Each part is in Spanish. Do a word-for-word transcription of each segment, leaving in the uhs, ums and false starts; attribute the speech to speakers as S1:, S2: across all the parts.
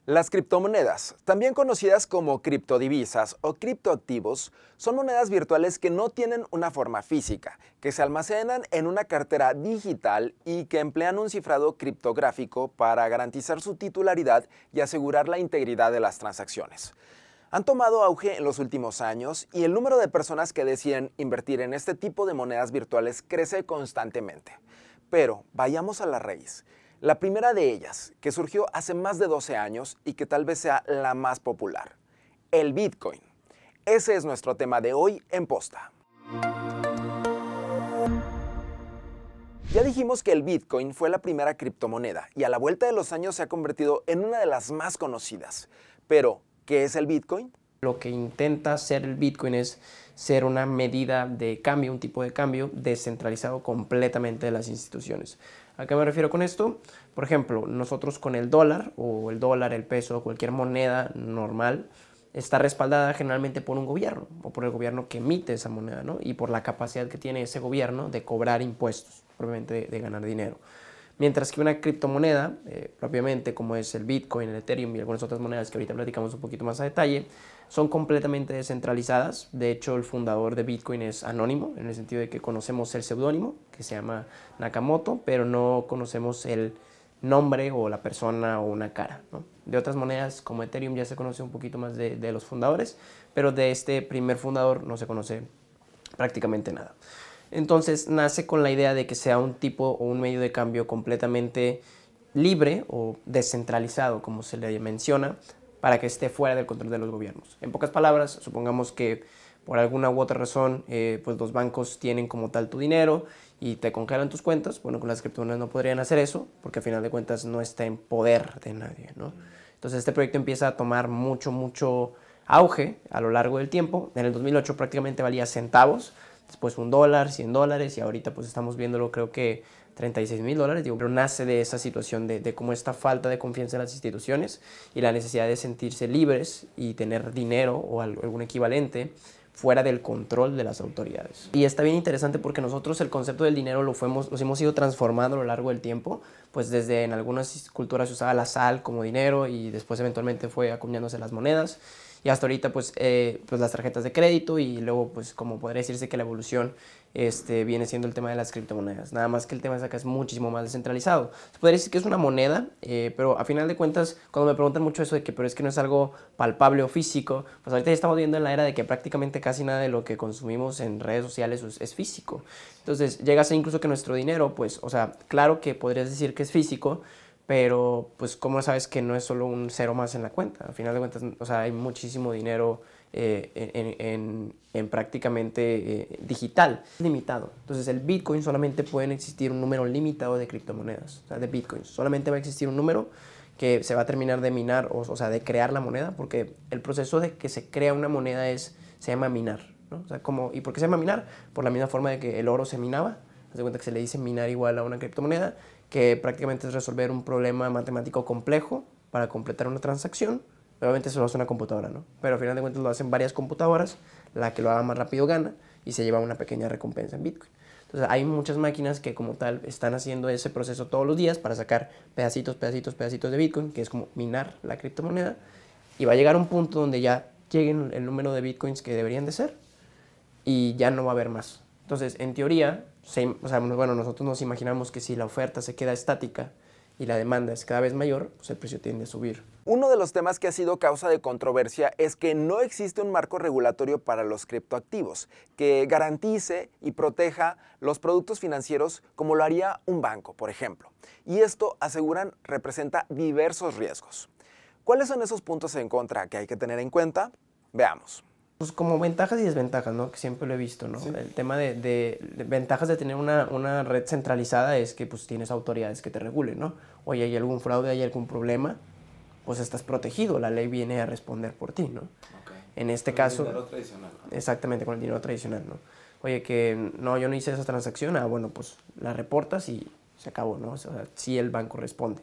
S1: Las criptomonedas, también conocidas como criptodivisas o criptoactivos, son monedas virtuales que no tienen una forma física, que se almacenan en una cartera digital y que emplean un cifrado criptográfico para garantizar su titularidad y asegurar la integridad de las transacciones. Han tomado auge en los últimos años y el número de personas que deciden invertir en este tipo de monedas virtuales crece constantemente. Pero vayamos a la raíz. La primera de ellas, que surgió hace más de doce años y que tal vez sea la más popular, el Bitcoin. Ese es nuestro tema de hoy en Posta. Ya dijimos que el Bitcoin fue la primera criptomoneda y a la vuelta de los años se ha convertido en una de las más conocidas. Pero, ¿qué es el Bitcoin?
S2: Lo que intenta ser el Bitcoin es ser una medida de cambio, un tipo de cambio descentralizado completamente de las instituciones. ¿A qué me refiero con esto? Por ejemplo, nosotros con el dólar, o el dólar, el peso, cualquier moneda normal, está respaldada generalmente por un gobierno, o por el gobierno que emite esa moneda, ¿no? Y por la capacidad que tiene ese gobierno de cobrar impuestos, propiamente de, de ganar dinero. Mientras que una criptomoneda, eh, propiamente como es el Bitcoin, el Ethereum y algunas otras monedas que ahorita platicamos un poquito más a detalle, son completamente descentralizadas. De hecho, el fundador de Bitcoin es anónimo, en el sentido de que conocemos el seudónimo, que se llama Nakamoto, pero no conocemos el nombre o la persona o una cara, ¿no? De otras monedas como Ethereum ya se conoce un poquito más de, de los fundadores, pero de este primer fundador no se conoce prácticamente nada. Entonces nace con la idea de que sea un tipo o un medio de cambio completamente libre o descentralizado, como se le menciona, para que esté fuera del control de los gobiernos. En pocas palabras, supongamos que por alguna u otra razón, eh, pues los bancos tienen como tal tu dinero y te congelan tus cuentas. Bueno, con las criptomonedas no podrían hacer eso, porque al final de cuentas no está en poder de nadie, ¿no? Entonces este proyecto empieza a tomar mucho, mucho auge a lo largo del tiempo. En el dos mil ocho prácticamente valía centavos, después un dólar, cien dólares, y ahorita pues estamos viéndolo, creo que treinta y seis mil dólares, digo, pero nace de esa situación de, de cómo esta falta de confianza en las instituciones y la necesidad de sentirse libres y tener dinero o algún equivalente fuera del control de las autoridades. Y está bien interesante porque nosotros el concepto del dinero lo fuimos, los hemos ido transformando a lo largo del tiempo, pues desde en algunas culturas se usaba la sal como dinero y después eventualmente fue acuñándose las monedas. Y hasta ahorita pues, eh, pues las tarjetas de crédito y luego pues como podría decirse que la evolución este, viene siendo el tema de las criptomonedas. Nada más que el tema de acá es muchísimo más descentralizado. Se podría decir que es una moneda, eh, pero a final de cuentas cuando me preguntan mucho eso de que pero es que no es algo palpable o físico, pues ahorita ya estamos viendo en la era de que prácticamente casi nada de lo que consumimos en redes sociales es, es físico. Entonces llega a ser incluso que nuestro dinero, pues, o sea, claro que podrías decir que es físico, pero pues cómo sabes que no es solo un cero más en la cuenta. Al final de cuentas, o sea, hay muchísimo dinero eh, en, en, en prácticamente eh, digital, limitado. Entonces el Bitcoin solamente pueden existir un número limitado de criptomonedas, o sea, de Bitcoins. Solamente va a existir un número que se va a terminar de minar, o, o sea, de crear la moneda, porque el proceso de que se crea una moneda es, se llama minar, ¿no? O sea, como, ¿y por qué se llama minar? Por la misma forma de que el oro se minaba. Haz de cuenta que se le dice minar igual a una criptomoneda, que prácticamente es resolver un problema matemático complejo para completar una transacción. Obviamente eso lo hace una computadora, ¿no? Pero al final de cuentas lo hacen varias computadoras, la que lo haga más rápido gana y se lleva una pequeña recompensa en Bitcoin. Entonces hay muchas máquinas que como tal están haciendo ese proceso todos los días para sacar pedacitos, pedacitos, pedacitos de Bitcoin, que es como minar la criptomoneda, y va a llegar un punto donde ya lleguen el número de Bitcoins que deberían de ser y ya no va a haber más. Entonces, en teoría, se, o sea, bueno, nosotros nos imaginamos que si la oferta se queda estática y la demanda es cada vez mayor, pues el precio tiende a subir.
S1: Uno de los temas que ha sido causa de controversia es que no existe un marco regulatorio para los criptoactivos que garantice y proteja los productos financieros como lo haría un banco, por ejemplo. Y esto, aseguran, representa diversos riesgos. ¿Cuáles son esos puntos en contra que hay que tener en cuenta? Veamos.
S2: Pues como ventajas y desventajas, ¿no? Que siempre lo he visto, ¿no? Sí. El tema de, de, de ventajas de tener una, una red centralizada es que pues tienes autoridades que te regulen, ¿no? Oye, hay algún fraude, hay algún problema, pues estás protegido, la ley viene a responder por ti, ¿no?
S3: Okay.
S2: En este
S3: con
S2: caso...
S3: el dinero tradicional, ¿no?
S2: Exactamente, con el dinero tradicional, ¿no? Oye, que no, yo no hice esa transacción, ah, bueno, pues la reportas y se acabó, ¿no? O sea, sí el banco responde.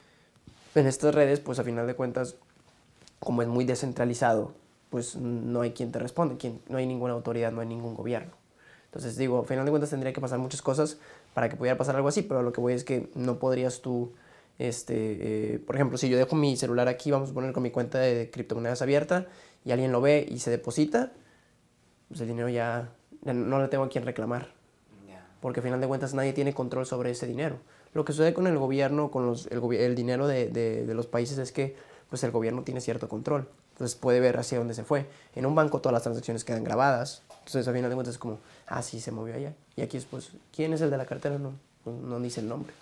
S2: En estas redes, pues a final de cuentas, como es muy descentralizado, pues no hay quien te responde, quien, no hay ninguna autoridad, no hay ningún gobierno. Entonces digo, al final de cuentas tendría que pasar muchas cosas para que pudiera pasar algo así, pero lo que voy es que no podrías tú Este, eh, por ejemplo, si yo dejo mi celular aquí, vamos a poner con mi cuenta de criptomonedas abierta, y alguien lo ve y se deposita, pues el dinero ya, ya no le tengo a quién reclamar. Yeah. Porque al final de cuentas nadie tiene control sobre ese dinero. Lo que sucede con el gobierno, con los, el, el dinero de, de, de los países es que pues el gobierno tiene cierto control. Entonces puede ver hacia dónde se fue. En un banco todas las transacciones quedan grabadas. Entonces al final de cuentas es como, ah, sí, se movió allá. Y aquí es pues, ¿quién es el de la cartera? No, no, no dice el nombre.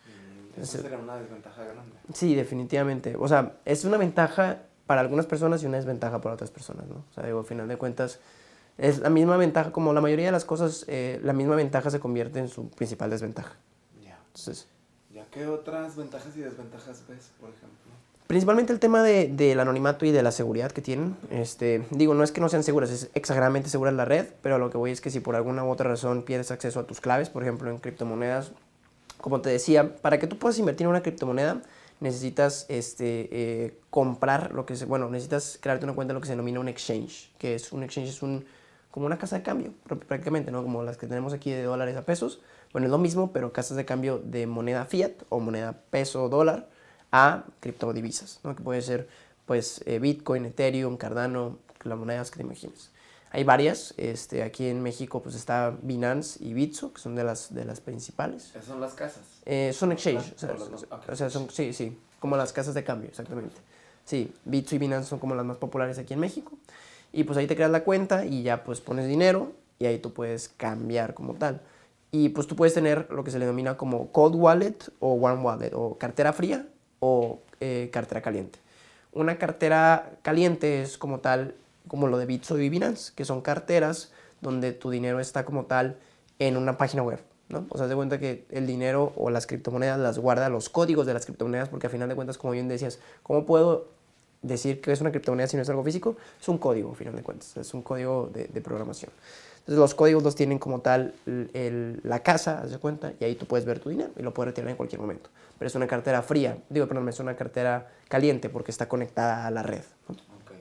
S1: Eso sería una desventaja grande.
S2: Sí, definitivamente. O sea, es una ventaja para algunas personas y una desventaja para otras personas, ¿no? O sea, digo, al final de cuentas, es la misma ventaja, como la mayoría de las cosas, eh, la misma ventaja se convierte en su principal desventaja.
S1: Ya.
S2: Entonces,
S1: ¿ya qué otras ventajas y desventajas ves, por ejemplo?
S2: Principalmente el tema de, del anonimato y de la seguridad que tienen. Este, digo, no es que no sean seguras, es exageradamente segura la red, pero lo que voy es que si por alguna u otra razón pierdes acceso a tus claves, por ejemplo, en criptomonedas, como te decía, para que tú puedas invertir en una criptomoneda, necesitas este, eh, comprar lo que se, bueno, necesitas crearte una cuenta en lo que se denomina un exchange, que es un exchange, es un, como una casa de cambio, prácticamente, ¿no? Como las que tenemos aquí de dólares a pesos. Bueno, es lo mismo, pero casas de cambio de moneda fiat o moneda peso dólar a criptodivisas, ¿no? Que puede ser, pues, eh, Bitcoin, Ethereum, Cardano, las monedas que te imagines. Hay varias, este, aquí en México pues está Binance y Bitso, que son de las, de las principales.
S1: ¿Esas son las casas?
S2: Eh, son exchange, o sea,
S1: los, okay.
S2: o sea, son, sí, sí, como las casas de cambio, exactamente. Sí, Bitso y Binance son como las más populares aquí en México. Y pues ahí te creas la cuenta y ya pues pones dinero y ahí tú puedes cambiar como tal. Y pues tú puedes tener lo que se le denomina como cold wallet o warm wallet, o cartera fría o eh, cartera caliente. Una cartera caliente es como tal, como lo de Bitso y Binance, que son carteras donde tu dinero está como tal en una página web, ¿no? O sea, haz de cuenta que el dinero o las criptomonedas las guarda los códigos de las criptomonedas, porque al final de cuentas, como bien decías, ¿cómo puedo decir que es una criptomoneda si no es algo físico? Es un código, al final de cuentas, es un código de, de programación. Entonces los códigos los tienen como tal el, el, la casa, haz de cuenta, y ahí tú puedes ver tu dinero y lo puedes retirar en cualquier momento. Pero es una cartera fría, digo, perdón, es una cartera caliente porque está conectada a la red, ¿no? Okay.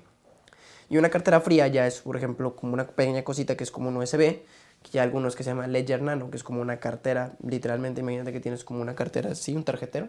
S2: Y una cartera fría ya es, por ejemplo, como una pequeña cosita que es como un U S B, que hay algunos que se llama Ledger Nano, que es como una cartera, literalmente, imagínate que tienes como una cartera así, un tarjetero.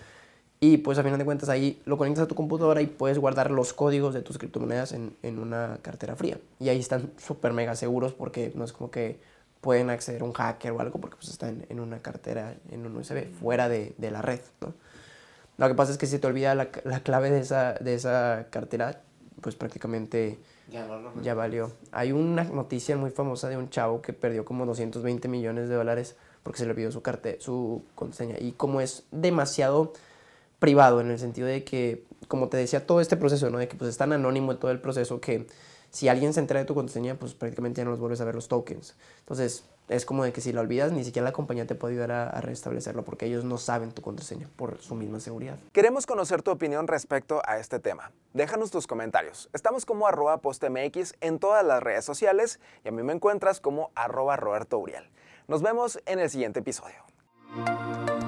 S2: Y pues a final de cuentas ahí lo conectas a tu computadora y puedes guardar los códigos de tus criptomonedas en, en una cartera fría. Y ahí están súper mega seguros porque no es como que pueden acceder a un hacker o algo porque pues están en una cartera, en un U S B, fuera de, de la red, ¿no? Lo que pasa es que si te olvida la, la clave de esa, de esa cartera, pues prácticamente
S1: ya, no, no, no.
S2: ya valió. Hay una noticia muy famosa de un chavo que perdió como doscientos veinte millones de dólares porque se le olvidó su, carte, su contraseña. Y como es demasiado privado en el sentido de que, como te decía, todo este proceso, ¿no? De que pues es tan anónimo en todo el proceso que si alguien se entera de tu contraseña, pues prácticamente ya no los vuelves a ver los tokens. Entonces, es como de que si la olvidas, ni siquiera la compañía te puede ayudar a, a restablecerlo porque ellos no saben tu contraseña por su misma seguridad.
S1: Queremos conocer tu opinión respecto a este tema. Déjanos tus comentarios. Estamos como arroba postmx en todas las redes sociales y a mí me encuentras como arroba Roberto Uriel. Nos vemos en el siguiente episodio.